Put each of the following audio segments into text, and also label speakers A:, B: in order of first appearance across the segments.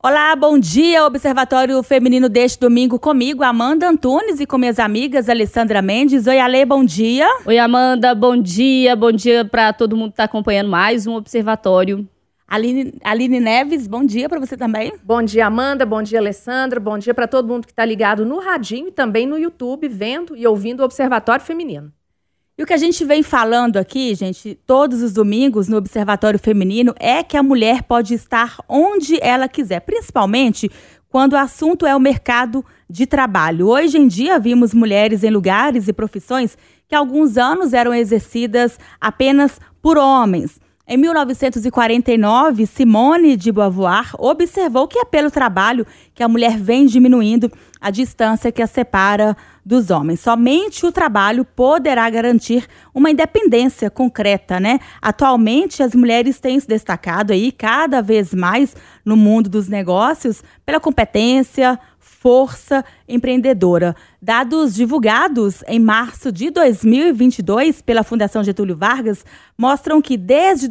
A: Olá, bom dia, Observatório Feminino deste domingo comigo, Amanda Antunes, e com minhas amigas Alessandra Mendes. Oi, Ale, bom dia.
B: Oi, Amanda, bom dia para todo mundo que está acompanhando mais um Observatório.
A: Aline Neves, bom dia para você também.
C: Bom dia, Amanda, bom dia, Alessandra, bom dia para todo mundo que está ligado no radinho e também no YouTube, vendo e ouvindo o Observatório Feminino.
A: E o que a gente vem falando aqui, gente, todos os domingos no Observatório Feminino, é que a mulher pode estar onde ela quiser, principalmente quando o assunto é o mercado de trabalho. Hoje em dia, vimos mulheres em lugares e profissões que há alguns anos eram exercidas apenas por homens. Em 1949, Simone de Beauvoir observou que é pelo trabalho que a mulher vem diminuindo a distância que a separa dos homens. Somente o trabalho poderá garantir uma independência concreta, né? Atualmente, as mulheres têm se destacado aí cada vez mais no mundo dos negócios pela competência, força empreendedora. Dados divulgados em março de 2022 pela Fundação Getúlio Vargas mostram que desde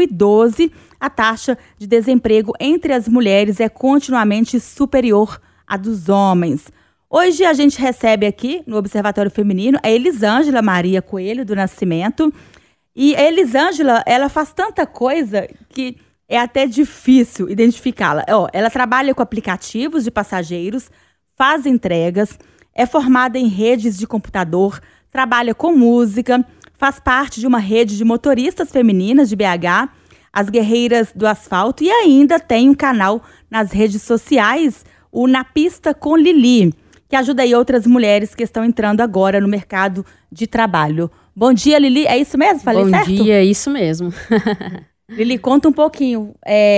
A: 2012 a taxa de desemprego entre as mulheres é continuamente superior à dos homens. Hoje a gente recebe aqui no Observatório Feminino a Elisângela Maria Coelho do Nascimento. E a Elisângela, ela faz tanta coisa que é até difícil identificá-la. Ela trabalha com aplicativos de passageiros, faz entregas, é formada em redes de computador, trabalha com música, faz parte de uma rede de motoristas femininas de BH, as Guerreiras do Asfalto, e ainda tem um canal nas redes sociais, o Na Pista com Lili, que ajuda aí outras mulheres que estão entrando agora no mercado de trabalho. Bom dia, Lili. É isso mesmo? Falei certo?
B: Bom dia, é isso mesmo.
A: Lili, conta um pouquinho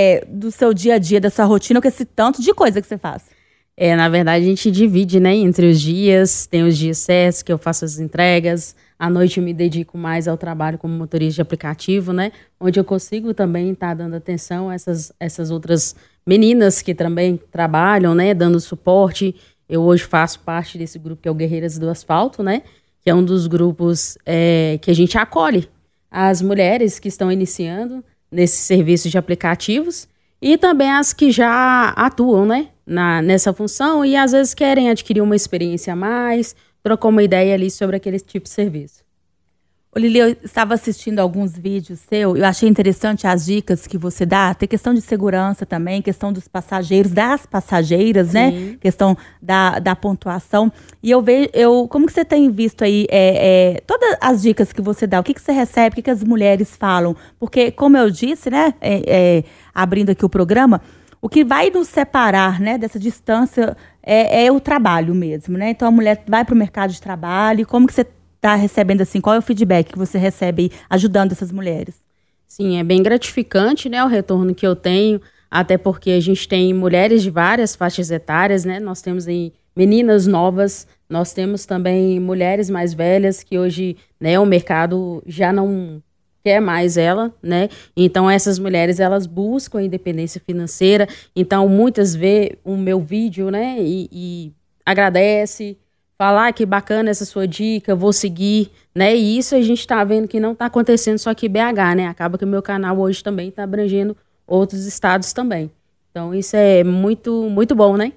A: do seu dia a dia, da sua rotina, com esse tanto de coisa que você faz.
B: Na verdade, a gente divide, né, entre os dias. Tem os dias certos que eu faço as entregas. À noite eu me dedico mais ao trabalho como motorista de aplicativo, né? Onde eu consigo também estar dando atenção a essas outras meninas que também trabalham, né? Dando suporte. Eu hoje faço parte desse grupo que é o Guerreiras do Asfalto, né? Que é um dos grupos que a gente acolhe as mulheres que estão iniciando nesse serviço de aplicativos e também as que já atuam, né? Nessa função e às vezes querem adquirir uma experiência a mais, trocar uma ideia ali sobre aquele tipo de serviço.
A: Lili, eu estava assistindo alguns vídeos seus, eu achei interessante as dicas que você dá, tem questão de segurança também, questão dos passageiros, das passageiras, sim, né? Questão da pontuação. E como que você tem visto aí todas as dicas que você dá, o que você recebe, o que as mulheres falam? Porque, como eu disse, né, abrindo aqui o programa, o que vai nos separar, né, dessa distância é o trabalho mesmo, né? Então a mulher vai para o mercado de trabalho, como que você está recebendo, assim, qual é o feedback que você recebe aí, ajudando essas mulheres?
B: Sim, é bem gratificante, né, o retorno que eu tenho, até porque a gente tem mulheres de várias faixas etárias, né, nós temos aí meninas novas, nós temos também mulheres mais velhas, que hoje, né, o mercado já não quer mais ela, né, então essas mulheres, elas buscam a independência financeira, então muitas vê o meu vídeo, né, e agradece, falar que bacana essa sua dica, vou seguir, né? E isso a gente está vendo que não está acontecendo só aqui em BH, né? Acaba que o meu canal hoje também está abrangendo outros estados também. Então isso é muito, muito bom, né?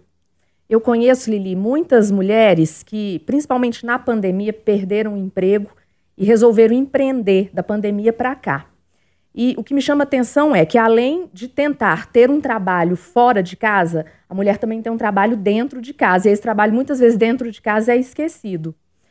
C: Eu conheço, Lili, muitas mulheres que, principalmente na pandemia, perderam o emprego e resolveram empreender da pandemia para cá. E o que me chama a atenção é que, além de tentar ter um trabalho fora de casa, a mulher também tem um trabalho dentro de casa. E esse trabalho, muitas vezes, dentro de casa é esquecido.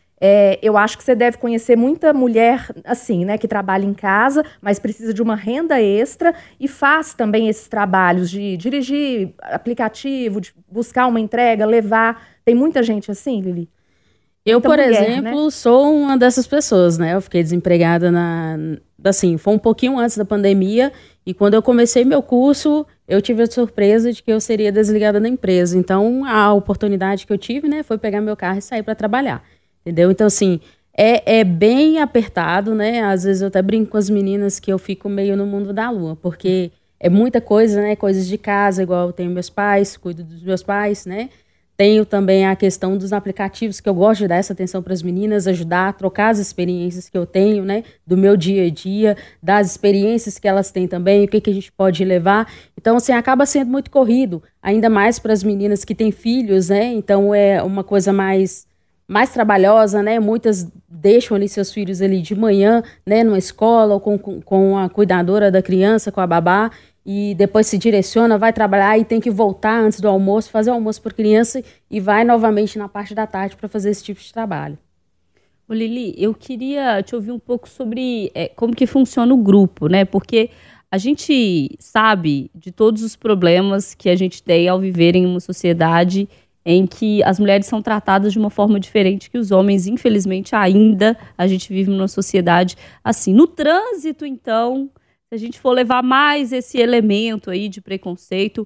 C: Eu acho que você deve conhecer muita mulher assim, né, que trabalha em casa, mas precisa de uma renda extra e faz também esses trabalhos de dirigir aplicativo, de buscar uma entrega, levar. Tem muita gente assim, Lili?
B: Eu, por exemplo, né, sou uma dessas pessoas, né? Eu fiquei desempregada assim, foi um pouquinho antes da pandemia, e quando eu comecei meu curso, eu tive a surpresa de que eu seria desligada da empresa. Então, a oportunidade que eu tive, né, foi pegar meu carro e sair para trabalhar, entendeu? Então, assim, é bem apertado, né? Às vezes eu até brinco com as meninas que eu fico meio no mundo da lua, porque é muita coisa, né? Coisas de casa, igual eu tenho meus pais, cuido dos meus pais, né? Tenho também a questão dos aplicativos, que eu gosto de dar essa atenção para as meninas, ajudar a trocar as experiências que eu tenho, né, do meu dia a dia, das experiências que elas têm também, o que a gente pode levar. Então, assim, acaba sendo muito corrido, ainda mais para as meninas que têm filhos, né, então é uma coisa mais trabalhosa, né, muitas deixam ali seus filhos ali de manhã, né, numa escola, ou com a cuidadora da criança, com a babá, e depois se direciona, vai trabalhar e tem que voltar antes do almoço, fazer o almoço por criança e vai novamente na parte da tarde para fazer esse tipo de trabalho.
D: Ô Lili, eu queria te ouvir um pouco sobre como que funciona o grupo, né? Porque a gente sabe de todos os problemas que a gente tem ao viver em uma sociedade em que as mulheres são tratadas de uma forma diferente que os homens. Infelizmente, ainda a gente vive numa sociedade assim. No trânsito, então, se a gente for levar mais esse elemento aí de preconceito,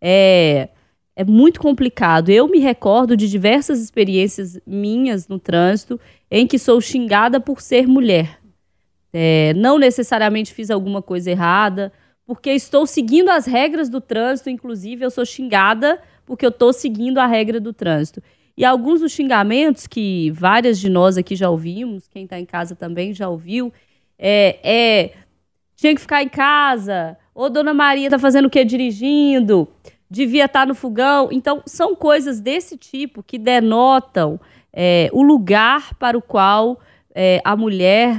D: é muito complicado. Eu me recordo de diversas experiências minhas no trânsito em que sou xingada por ser mulher. Não necessariamente fiz alguma coisa errada, porque estou seguindo as regras do trânsito, inclusive eu sou xingada porque eu estou seguindo a regra do trânsito. E alguns dos xingamentos que várias de nós aqui já ouvimos, quem está em casa também já ouviu, tinha que ficar em casa, ou Dona Maria tá fazendo o quê? Dirigindo, devia estar no fogão. Então, são coisas desse tipo que denotam o lugar para o qual a mulher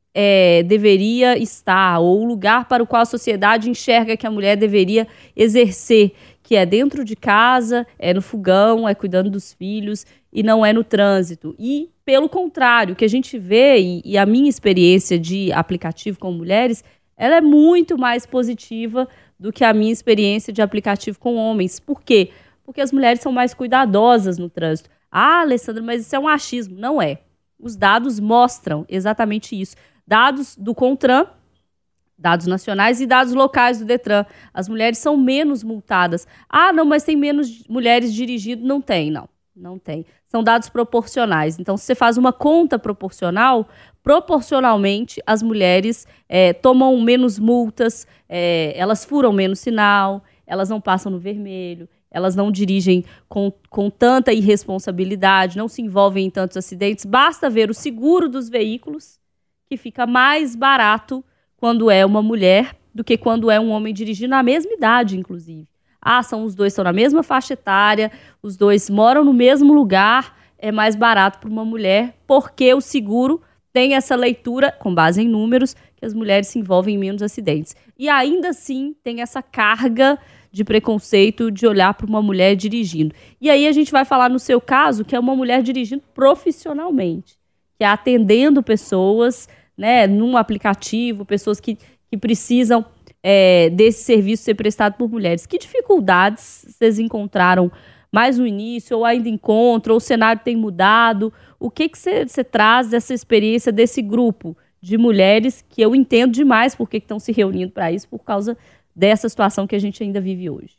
D: deveria estar, ou o lugar para o qual a sociedade enxerga que a mulher deveria exercer, que é dentro de casa, é no fogão, é cuidando dos filhos, e não é no trânsito. E, pelo contrário, o que a gente vê, e a minha experiência de aplicativo com mulheres, ela é muito mais positiva do que a minha experiência de aplicativo com homens. Por quê? Porque as mulheres são mais cuidadosas no trânsito. Ah, Alessandra, mas isso é um achismo. Não é. Os dados mostram exatamente isso. Dados do CONTRAN, dados nacionais e dados locais do DETRAN. As mulheres são menos multadas. Ah, não, mas tem menos mulheres dirigindo. Não tem, não. Não tem. São dados proporcionais. Então, se você faz uma conta proporcional, proporcionalmente, as mulheres tomam menos multas, elas furam menos sinal, elas não passam no vermelho, elas não dirigem com tanta irresponsabilidade, não se envolvem em tantos acidentes. Basta ver o seguro dos veículos, que fica mais barato quando é uma mulher do que quando é um homem dirigindo, na mesma idade, inclusive. Ah, os dois estão na mesma faixa etária, os dois moram no mesmo lugar, é mais barato para uma mulher, porque o seguro tem essa leitura, com base em números, que as mulheres se envolvem em menos acidentes. E ainda assim tem essa carga de preconceito de olhar para uma mulher dirigindo. E aí a gente vai falar no seu caso, que é uma mulher dirigindo profissionalmente, que é atendendo pessoas, né, num aplicativo, pessoas que precisam desse serviço ser prestado por mulheres. Que dificuldades vocês encontraram mais no início, ou ainda encontram, ou o cenário tem mudado? O que você traz dessa experiência desse grupo de mulheres, que eu entendo demais porque estão se reunindo para isso, por causa dessa situação que a gente ainda vive hoje?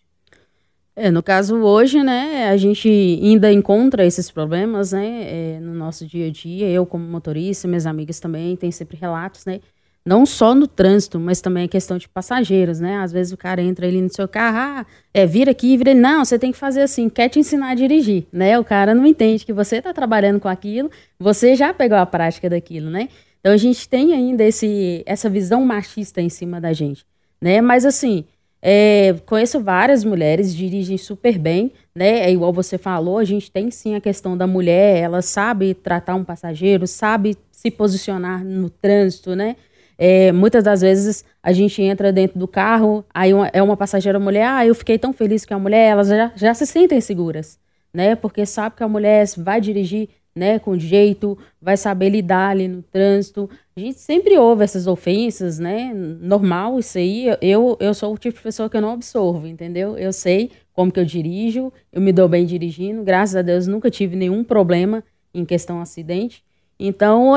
B: No caso hoje, né, a gente ainda encontra esses problemas, né, no nosso dia a dia. Eu, como motorista, minhas amigas também, tem sempre relatos, né, não só no trânsito, mas também a questão de passageiros, né? Às vezes o cara entra ali no seu carro, vira aqui, vira ali. Não, você tem que fazer assim, quer te ensinar a dirigir, né? O cara não entende que você está trabalhando com aquilo, você já pegou a prática daquilo, né? Então a gente tem ainda essa visão machista em cima da gente, né? Mas assim, conheço várias mulheres, dirigem super bem, né? É igual você falou, a gente tem sim a questão da mulher, ela sabe tratar um passageiro, sabe se posicionar no trânsito, né? Muitas das vezes a gente entra dentro do carro, aí uma passageira mulher, eu fiquei tão feliz que a mulher, elas já se sentem seguras, né? Porque sabe que a mulher vai dirigir, né, com jeito, vai saber lidar ali no trânsito. A gente sempre ouve essas ofensas, né? Normal isso aí. Eu sou o tipo de pessoa que eu não absorvo, entendeu? Eu sei como que eu dirijo, eu me dou bem dirigindo, graças a Deus nunca tive nenhum problema em questão acidente. Então,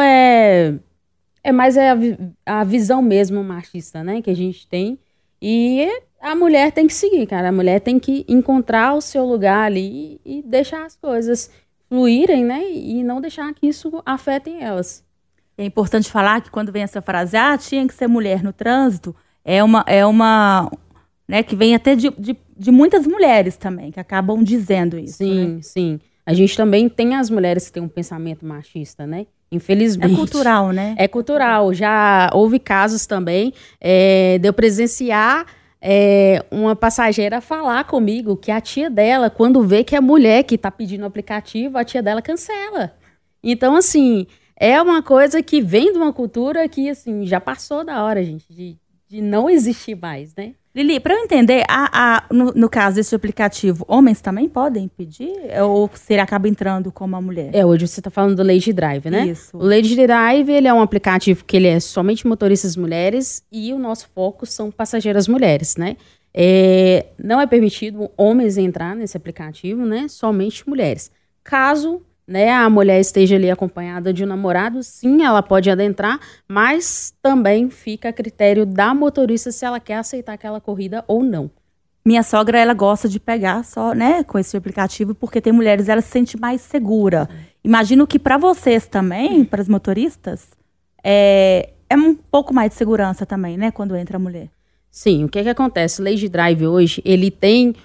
B: mais a visão mesmo machista, né, que a gente tem. E a mulher tem que seguir, cara. A mulher tem que encontrar o seu lugar ali e deixar as coisas fluírem, né, e não deixar que isso afetem elas.
A: É importante falar que quando vem essa frase, tinha que ser mulher no trânsito, é uma né? Que vem até de muitas mulheres também, que acabam dizendo isso.
B: Sim,
A: né?
B: sim. A gente também tem as mulheres que têm um pensamento machista, né? Infelizmente.
A: É cultural, né?
B: É cultural. Já houve casos também de eu presenciar uma passageira falar comigo que a tia dela, quando vê que é mulher que está pedindo o aplicativo, a tia dela cancela. Então, assim, é uma coisa que vem de uma cultura que, assim, já passou da hora, gente, de não existir mais, né?
A: Lili, para eu entender, no caso desse aplicativo, homens também podem pedir? Ou você acaba entrando como uma mulher?
B: Hoje você está falando do Lady Drive, né?
A: Isso.
B: O Lady Drive, ele é um aplicativo que ele é somente motoristas mulheres e o nosso foco são passageiras mulheres, né? Não é permitido homens entrar nesse aplicativo, né? Somente mulheres. Caso, né, a mulher esteja ali acompanhada de um namorado, sim, ela pode adentrar, mas também fica a critério da motorista se ela quer aceitar aquela corrida ou não.
A: Minha sogra, ela gosta de pegar só, né, com esse aplicativo, porque tem mulheres, ela se sente mais segura. Imagino que para vocês também, para as motoristas, é um pouco mais de segurança também, né, quando entra a mulher.
B: Sim, o que acontece? O Lady Drive hoje, ele tem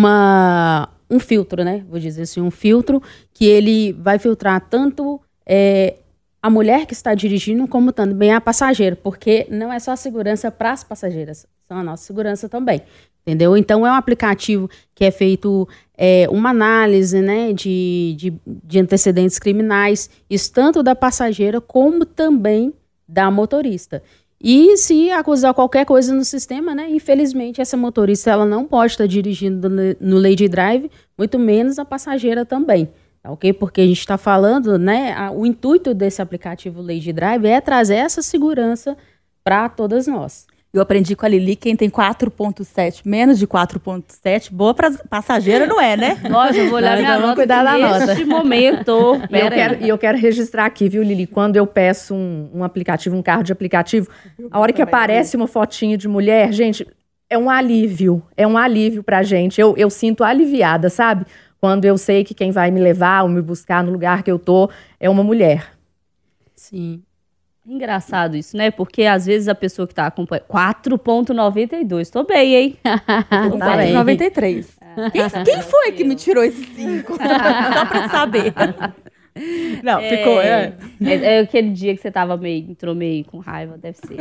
B: um filtro, né? Vou dizer assim, um filtro que ele vai filtrar tanto a mulher que está dirigindo como também a passageira, porque não é só a segurança para as passageiras, são a nossa segurança também, entendeu? Então, é um aplicativo que é feito uma análise, né, de antecedentes criminais, isso tanto da passageira como também da motorista. E se acusar qualquer coisa no sistema, né, infelizmente essa motorista ela não pode estar dirigindo no Lady Drive, muito menos a passageira também, tá, ok? Porque a gente está falando, né, o intuito desse aplicativo Lady Drive é trazer essa segurança para todas nós.
A: Eu aprendi com a Lili, quem tem 4.7, menos de 4.7, boa passageira não é, né?
D: Nossa, eu vou olhar minha nota
C: cuidar da nota.
D: neste momento.
C: E eu quero registrar aqui, viu, Lili? Quando eu peço um aplicativo, um carro de aplicativo, a hora que aparece uma fotinho de mulher, gente, é um alívio pra gente. Eu sinto aliviada, sabe? Quando eu sei que quem vai me levar ou me buscar no lugar que eu tô é uma mulher.
B: Sim.
D: Engraçado isso, né? Porque às vezes a pessoa que tá acompanhando... 4.92, tô bem, hein?
A: Tô
B: Tá bem.
A: 93. Quem foi que me tirou esses 5? Só pra saber. Não, ficou...
D: É aquele dia que você entrou meio com raiva, deve ser.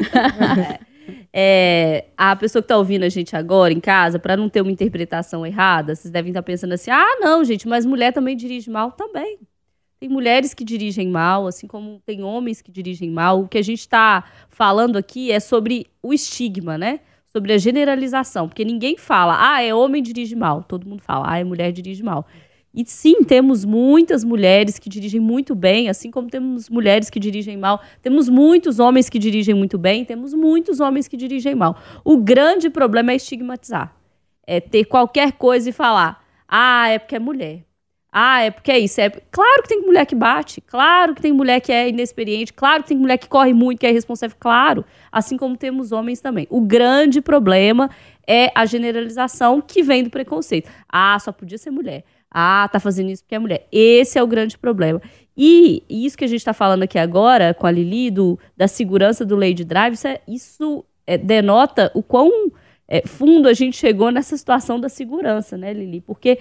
D: A pessoa que tá ouvindo a gente agora em casa, pra não ter uma interpretação errada, vocês devem estar pensando assim, não, gente, mas mulher também dirige mal? Também. Tem mulheres que dirigem mal, assim como tem homens que dirigem mal. O que a gente está falando aqui é sobre o estigma, né? Sobre a generalização. Porque ninguém fala, é homem dirige mal. Todo mundo fala, é mulher dirige mal. E sim, temos muitas mulheres que dirigem muito bem, assim como temos mulheres que dirigem mal. Temos muitos homens que dirigem muito bem, temos muitos homens que dirigem mal. O grande problema é estigmatizar. É ter qualquer coisa e falar, é porque é mulher. É porque é isso. Claro que tem mulher que bate, claro que tem mulher que é inexperiente, claro que tem mulher que corre muito, que é irresponsável, claro. Assim como temos homens também. O grande problema é a generalização que vem do preconceito. Só podia ser mulher. Tá fazendo isso porque é mulher. Esse é o grande problema. E isso que a gente está falando aqui agora com a Lili, da segurança do Lady Drive, isso denota o quão fundo a gente chegou nessa situação da segurança, né, Lili? Porque...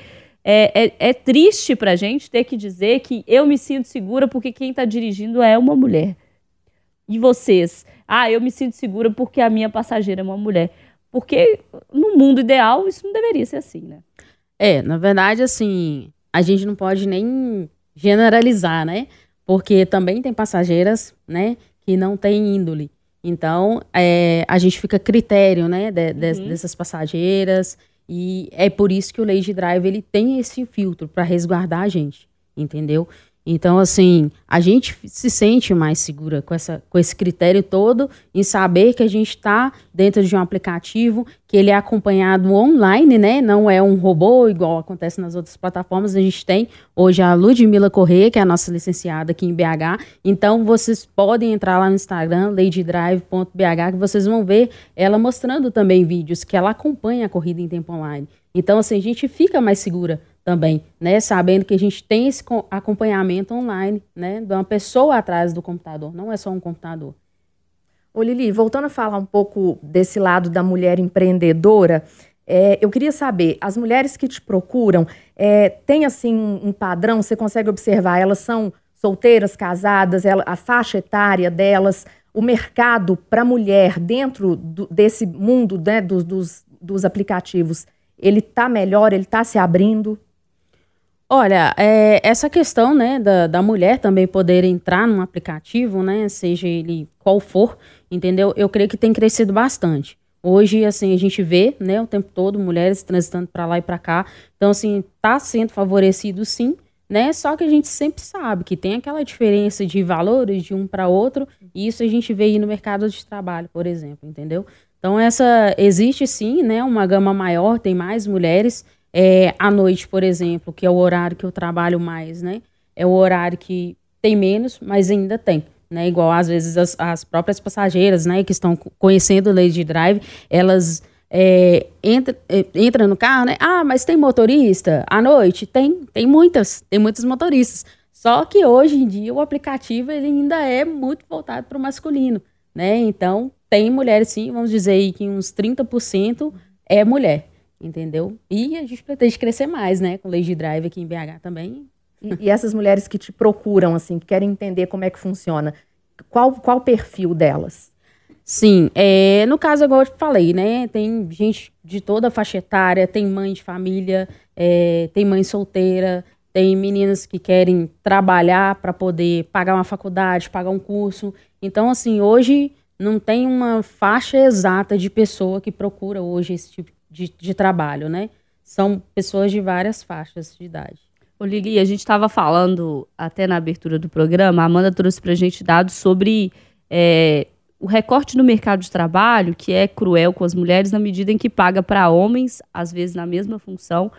D: É triste pra gente ter que dizer que eu me sinto segura porque quem tá dirigindo é uma mulher. E vocês? Eu me sinto segura porque a minha passageira é uma mulher. Porque no mundo ideal isso não deveria ser assim, né?
B: Na verdade, assim, a gente não pode nem generalizar, né? Porque também tem passageiras, né, que não têm índole. Então, a gente fica a critério, né, dessas passageiras. E é por isso que o Lady Drive ele tem esse filtro para resguardar a gente, entendeu? Então, assim, a gente se sente mais segura com esse critério todo em saber que a gente está dentro de um aplicativo que ele é acompanhado online, né? Não é um robô igual acontece nas outras plataformas. A gente tem hoje a Ludmila Corrêa, que é a nossa licenciada aqui em BH. Então, vocês podem entrar lá no Instagram, ladydrive.bh, que vocês vão ver ela mostrando também vídeos que ela acompanha a corrida em tempo online. Então, assim, a gente fica mais segura também, né, sabendo que a gente tem esse acompanhamento online, né, de uma pessoa atrás do computador, não é só um computador.
C: Ô Lili, voltando a falar um pouco desse lado da mulher empreendedora, Eu queria saber, as mulheres que te procuram, tem assim um padrão, você consegue observar, elas são solteiras, casadas, a faixa etária delas, o mercado para mulher dentro desse mundo, né, dos aplicativos, ele está melhor, ele está se abrindo?
B: Olha, essa questão, né, da mulher também poder entrar num aplicativo, né, seja ele qual for, entendeu? Eu creio que tem crescido bastante. Hoje, assim, a gente vê, né, o tempo todo, mulheres transitando para lá e para cá. Então, assim, tá sendo favorecido sim, né? Só que a gente sempre sabe que tem aquela diferença de valores de um para outro, e isso a gente vê aí no mercado de trabalho, por exemplo, entendeu? Então, existe sim, né, uma gama maior, tem mais mulheres. À noite, por exemplo, que é o horário que eu trabalho mais, né? É o horário que tem menos, mas ainda tem. Né, igual às vezes as próprias passageiras, né, que estão conhecendo o Lady Drive, elas entram no carro, né? Ah, mas tem motorista à noite? Tem muitos motoristas. Só que hoje em dia o aplicativo ele ainda é muito voltado para o masculino, né? Então tem mulheres sim, vamos dizer aí que uns 30% é mulher, entendeu? E a gente pretende crescer mais, né, com o Lady Drive aqui em BH também.
C: E essas mulheres que te procuram, assim, que querem entender como é que funciona, qual o perfil delas?
B: Sim, no caso, igual eu te falei, né, tem gente de toda a faixa etária, tem mãe de família, tem mãe solteira, tem meninas que querem trabalhar para poder pagar uma faculdade, pagar um curso. Então, assim, hoje não tem uma faixa exata de pessoa que procura hoje esse tipo de trabalho, né? São pessoas de várias faixas de idade.
D: Ô, Lili, a gente estava falando até na abertura do programa, a Amanda trouxe para a gente dados sobre o recorte no mercado de trabalho, que é cruel com as mulheres na medida em que paga para homens, às vezes na mesma função,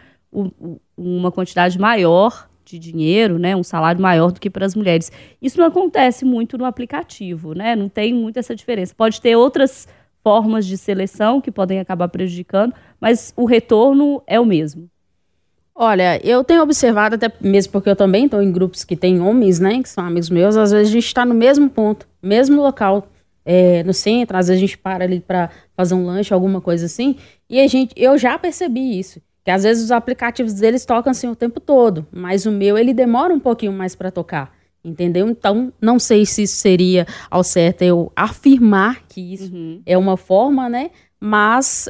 D: uma quantidade maior de dinheiro, né, um salário maior do que para as mulheres. Isso não acontece muito no aplicativo, né? Não tem muito essa diferença. Pode ter outras formas de seleção que podem acabar prejudicando, mas o retorno é o mesmo.
B: Olha, eu tenho observado, até mesmo porque eu também estou em grupos que tem homens, né, que são amigos meus, às vezes a gente está no mesmo ponto, mesmo local, no centro, às vezes a gente para ali para fazer um lanche, alguma coisa assim, e eu já percebi isso, que às vezes os aplicativos deles tocam assim o tempo todo, mas o meu, ele demora um pouquinho mais para tocar, entendeu? Então, não sei se isso seria ao certo eu afirmar que isso é uma forma, né, mas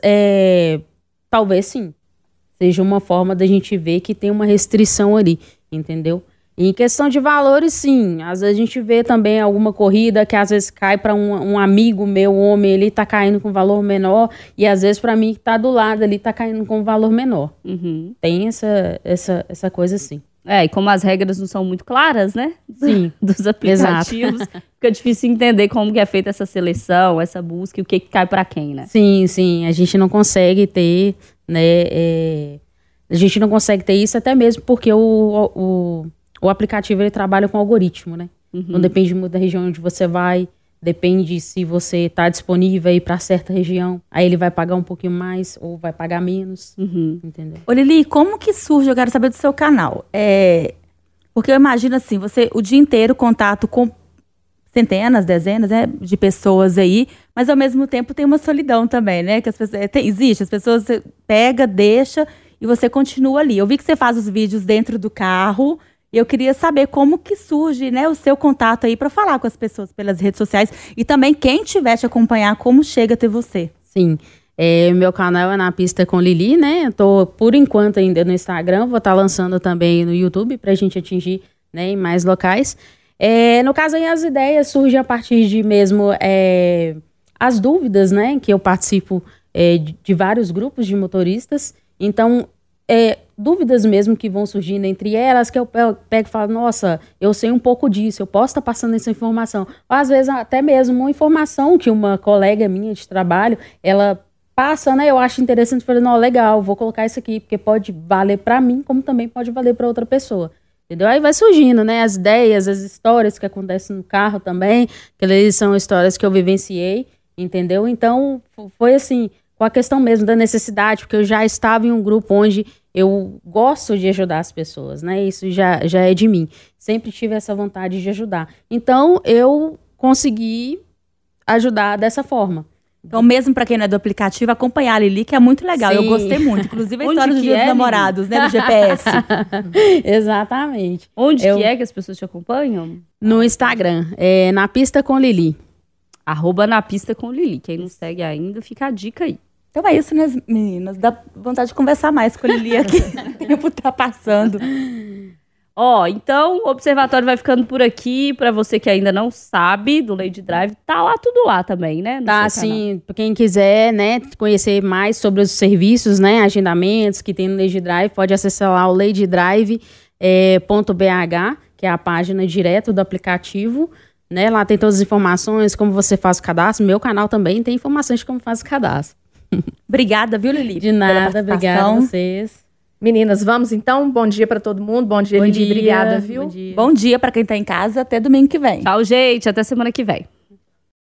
B: talvez sim. Seja uma forma da gente ver que tem uma restrição ali, entendeu? E em questão de valores, sim. Às vezes a gente vê também alguma corrida que às vezes cai para um amigo meu, homem, ele tá caindo com valor menor, e às vezes para mim que tá do lado ali tá caindo com valor menor.
D: Uhum.
B: Tem essa coisa sim.
D: E como as regras não são muito claras, né?
B: Sim.
D: Dos aplicativos, fica difícil entender como que é feita essa seleção, essa busca e o que cai para quem, né?
B: Sim. A gente não consegue ter, né? A gente não consegue ter isso até mesmo porque o aplicativo ele trabalha com algoritmo, né? Então depende muito da região onde você vai, depende se você está disponível aí para certa região, aí ele vai pagar um pouquinho mais ou vai pagar menos, entendeu?
A: Ô Lili, como que surge, eu quero saber do seu canal, porque eu imagino assim, você o dia inteiro contato com centenas, dezenas, né, de pessoas aí, mas ao mesmo tempo tem uma solidão também, né, que as pessoas, existe, as pessoas você pega, deixa e você continua ali. Eu vi que você faz os vídeos dentro do carro, e eu queria saber como que surge, né, o seu contato aí para falar com as pessoas pelas redes sociais e também quem tiver te acompanhar, como chega até você.
B: Sim, meu canal é Na Pista com Lili, né, eu tô por enquanto ainda no Instagram, vou estar lançando também no YouTube pra gente atingir, né, em mais locais. No caso aí as ideias surgem a partir de mesmo as dúvidas, né, que eu participo de vários grupos de motoristas, então dúvidas mesmo que vão surgindo entre elas, que eu pego e falo, nossa, eu sei um pouco disso, eu posso estar passando essa informação. Ou às vezes até mesmo uma informação que uma colega minha de trabalho, ela passa, né, eu acho interessante, falei, não, legal, vou colocar isso aqui, porque pode valer para mim, como também pode valer para outra pessoa. Entendeu? Aí vai surgindo, né, as ideias, as histórias que acontecem no carro também, que eles são histórias que eu vivenciei, entendeu? Então, foi assim, com a questão mesmo da necessidade, porque eu já estava em um grupo onde eu gosto de ajudar as pessoas, né? Isso já é de mim. Sempre tive essa vontade de ajudar. Então, eu consegui ajudar dessa forma.
A: Então, mesmo para quem não é do aplicativo, acompanhar a Lili, que é muito legal.
B: Sim.
A: Eu gostei muito. Inclusive a
D: Onde
A: história do
D: que
A: Dia
D: é,
A: dos Namorados, né? Do GPS.
B: Exatamente.
D: Onde que é que as pessoas te acompanham?
B: No Instagram, Na Pista com Lili.
D: @Na Pista com Lili. Quem não segue ainda, fica a dica aí.
A: Então é isso, né, meninas? Dá vontade de conversar mais com a Lili aqui. O tempo tá passando.
D: Então o Observatório vai ficando por aqui. Pra você que ainda não sabe do Lady Drive, tá lá tudo lá também, né?
B: Tá, sim, pra quem quiser, né, conhecer mais sobre os serviços, né, agendamentos que tem no Lady Drive, pode acessar lá o ladydrive.bh, que é a página direto do aplicativo, né, lá tem todas as informações, como você faz o cadastro. Meu canal também tem informações de como faz o cadastro.
A: Obrigada, viu, Lili?
B: De nada, obrigada a vocês.
C: Meninas, vamos então? Bom dia para todo mundo. Bom dia, Lili. Obrigada, viu?
B: Bom dia.
A: Bom dia para quem tá em casa. Até domingo que vem.
D: Tchau, gente. Até semana que vem.